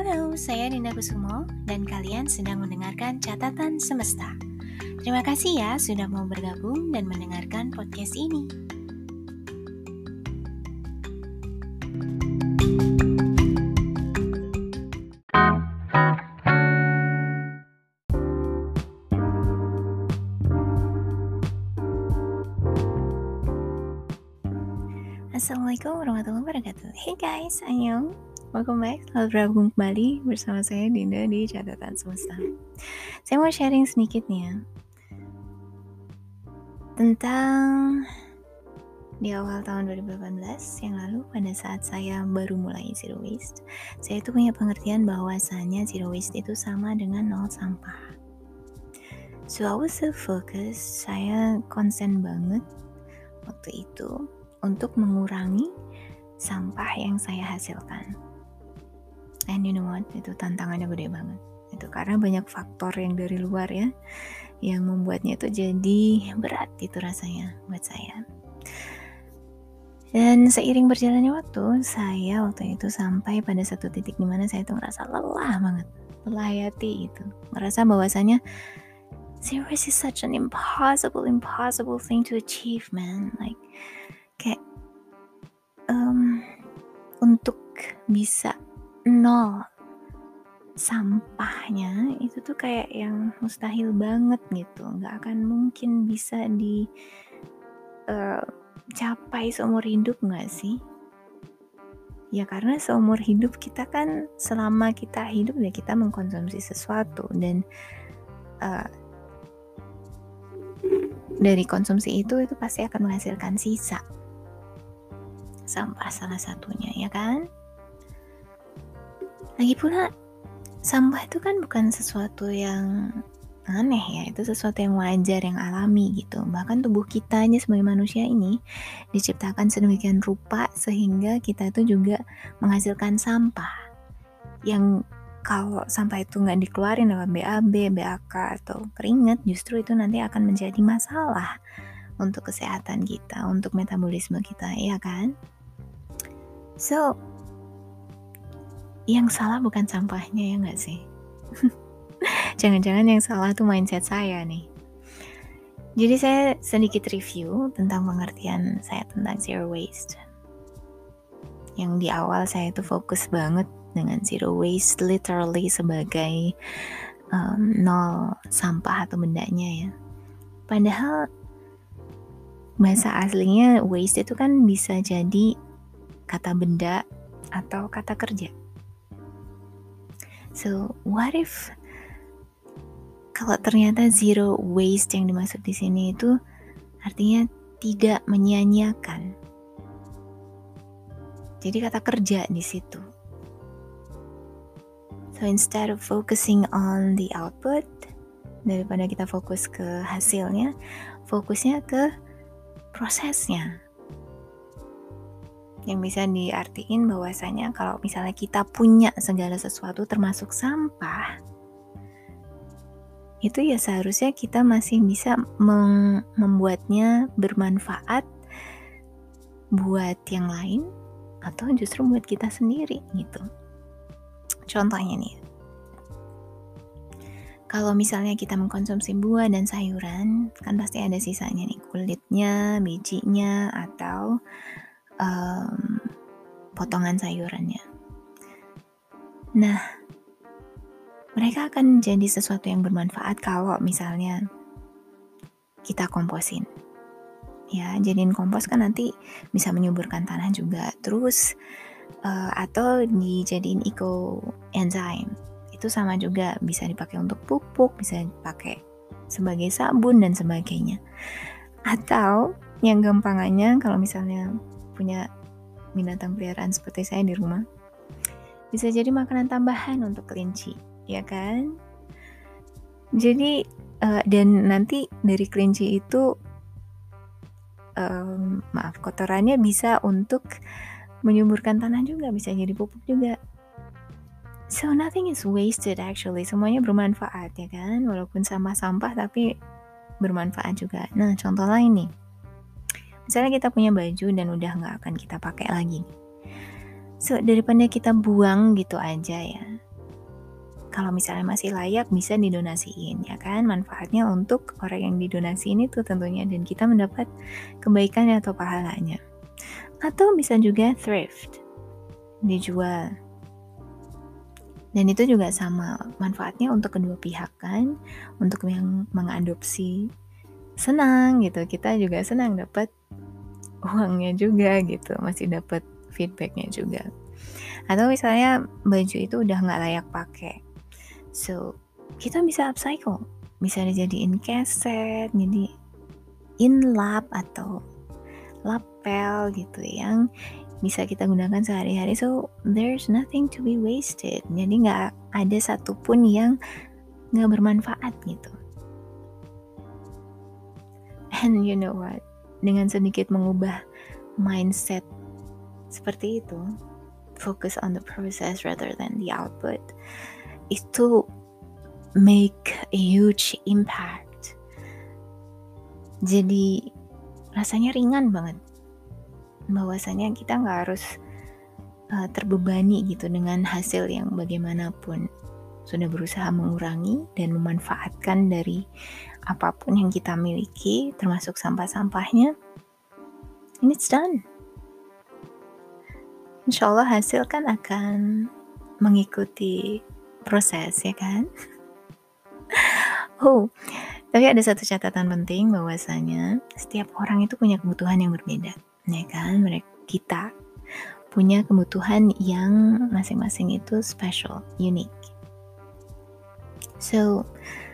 Halo, saya Dinda Kusumo dan kalian sedang mendengarkan Catatan Semesta. Terima kasih ya sudah mau bergabung dan mendengarkan podcast ini. Assalamualaikum warahmatullahi wabarakatuh. Hey guys, annyeong. Welcome back. Selamat bergabung kembali bersama saya Dinda di Catatan Semesta. Saya mau sharing sedikit nih ya tentang di awal tahun 2018 yang lalu, pada saat saya baru mulai zero waste, saya itu punya pengertian bahwasannya zero waste itu sama dengan nol sampah. So I was so focused, saya konsen banget waktu itu untuk mengurangi sampah yang saya hasilkan. And you know what, itu tantangannya gede banget. Itu karena banyak faktor yang dari luar ya, yang membuatnya itu jadi berat itu rasanya buat saya. Dan seiring berjalannya waktu, saya waktu itu sampai pada satu titik dimana saya tuh ngerasa lelah banget, lelah hati itu, ngerasa bahwasanya zero waste is such an impossible thing to achieve, man. Like kayak untuk bisa nol sampahnya itu tuh kayak yang mustahil banget gitu, nggak akan mungkin bisa capai seumur hidup nggak sih? Ya karena seumur hidup kita kan, selama kita hidup ya kita mengkonsumsi sesuatu, dan dari konsumsi itu pasti akan menghasilkan sisa sampah, salah satunya ya kan. Lagi pula sampah itu kan bukan sesuatu yang aneh ya, itu sesuatu yang wajar, yang alami gitu. Bahkan tubuh kita aja sebagai manusia ini diciptakan sedemikian rupa sehingga kita itu juga menghasilkan sampah yang kalau sampah itu nggak dikeluarin lewat BAB, BAK atau keringat, justru itu nanti akan menjadi masalah untuk kesehatan kita, untuk metabolisme kita, ya kan? So, yang salah bukan sampahnya ya nggak sih? Jangan-jangan yang salah tuh mindset saya nih. Jadi saya sedikit review tentang pengertian saya tentang zero waste. Yang di awal saya tuh fokus banget dengan zero waste literally sebagai nol sampah atau bendanya ya. Padahal bahasa aslinya waste itu kan bisa jadi kata benda atau kata kerja. So what if kalau ternyata zero waste yang dimaksud di sini itu artinya tidak menyia-nyiakan. Jadi kata kerja di situ. So instead of focusing on the output, daripada kita fokus ke hasilnya, fokusnya ke prosesnya. Yang bisa diartiin bahwasanya kalau misalnya kita punya segala sesuatu termasuk sampah, itu ya seharusnya kita masih bisa membuatnya bermanfaat buat yang lain atau justru buat kita sendiri gitu. Contohnya nih, kalau misalnya kita mengkonsumsi buah dan sayuran, kan pasti ada sisanya nih, kulitnya, bijinya, atau potongan sayurannya. Nah, mereka akan jadi sesuatu yang bermanfaat kalau misalnya kita komposin. Ya, jadiin kompos kan nanti bisa menyuburkan tanah juga. Terus atau dijadiin eco enzyme. Itu sama juga, bisa dipakai untuk pupuk, bisa dipakai sebagai sabun dan sebagainya. Atau yang gampangannya, kalau misalnya punya binatang peliharaan seperti saya di rumah, bisa jadi makanan tambahan untuk kelinci, ya kan? Jadi dan nanti dari kelinci itu kotorannya bisa untuk menyuburkan tanah juga, bisa jadi pupuk juga. So nothing is wasted actually, semuanya bermanfaat ya kan, walaupun sampah-sampah tapi bermanfaat juga. Nah, contoh lain nih, misalnya kita punya baju dan udah gak akan kita pakai lagi. So daripada kita buang gitu aja ya, kalau misalnya masih layak bisa didonasiin, ya kan? Manfaatnya untuk orang yang didonasiin itu tentunya, dan kita mendapat kebaikannya atau pahalanya. Atau bisa juga thrift, dijual. Dan itu juga sama, manfaatnya untuk kedua pihak kan, untuk yang mengadopsi senang gitu, kita juga senang dapat uangnya juga gitu, masih dapat feedbacknya juga. Atau misalnya baju itu udah nggak layak pakai, so kita bisa upcycle, bisa dijadiin keset, jadi inlap atau lapel gitu yang bisa kita gunakan sehari-hari. So there's nothing to be wasted, jadi nggak ada satupun yang nggak bermanfaat gitu. And you know what, dengan sedikit mengubah mindset seperti itu, focus on the process rather than the output, itu make a huge impact. Jadi rasanya ringan banget, bahwasanya kita nggak harus terbebani gitu dengan hasil yang bagaimanapun. Sudah berusaha mengurangi dan memanfaatkan dari apapun yang kita miliki, termasuk sampah-sampahnya, and it's done. Insya Allah hasil kan akan mengikuti proses, ya kan? Oh, tapi ada satu catatan penting, bahwasanya setiap orang itu punya kebutuhan yang berbeda, ya kan? Kita punya kebutuhan yang masing-masing itu special, unique. So,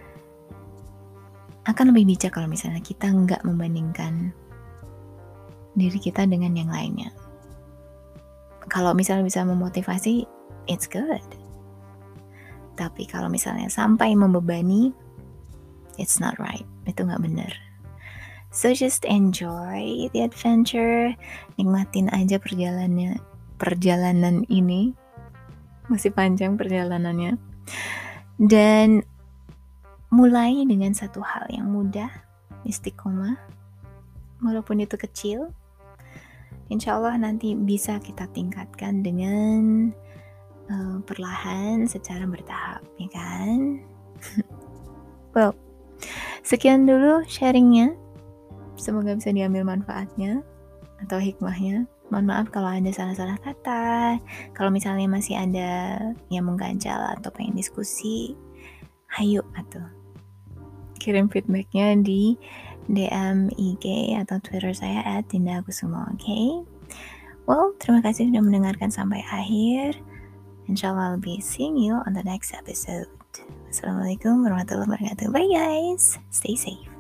akan lebih bijak kalau misalnya kita nggak membandingkan diri kita dengan yang lainnya. Kalau misalnya bisa memotivasi, it's good. Tapi kalau misalnya sampai membebani, it's not right. Itu nggak benar. So just enjoy the adventure, nikmatin aja perjalanan ini. Masih panjang perjalanannya. Dan mulai dengan satu hal yang mudah, istiqomah, walaupun itu kecil, insya Allah nanti bisa kita tingkatkan dengan perlahan secara bertahap, ya kan? Well, sekian dulu sharingnya, semoga bisa diambil manfaatnya atau hikmahnya. Mohon maaf kalau ada salah-salah kata, kalau misalnya masih ada yang mengganjal atau pengen diskusi, hayu atau kirim feedbacknya di DM IG atau Twitter saya @dindakusuma, okay? Well, terima kasih sudah mendengarkan sampai akhir. Inshallah I'll be seeing you on the next episode. Assalamualaikum warahmatullahi wabarakatuh. Bye guys, stay safe.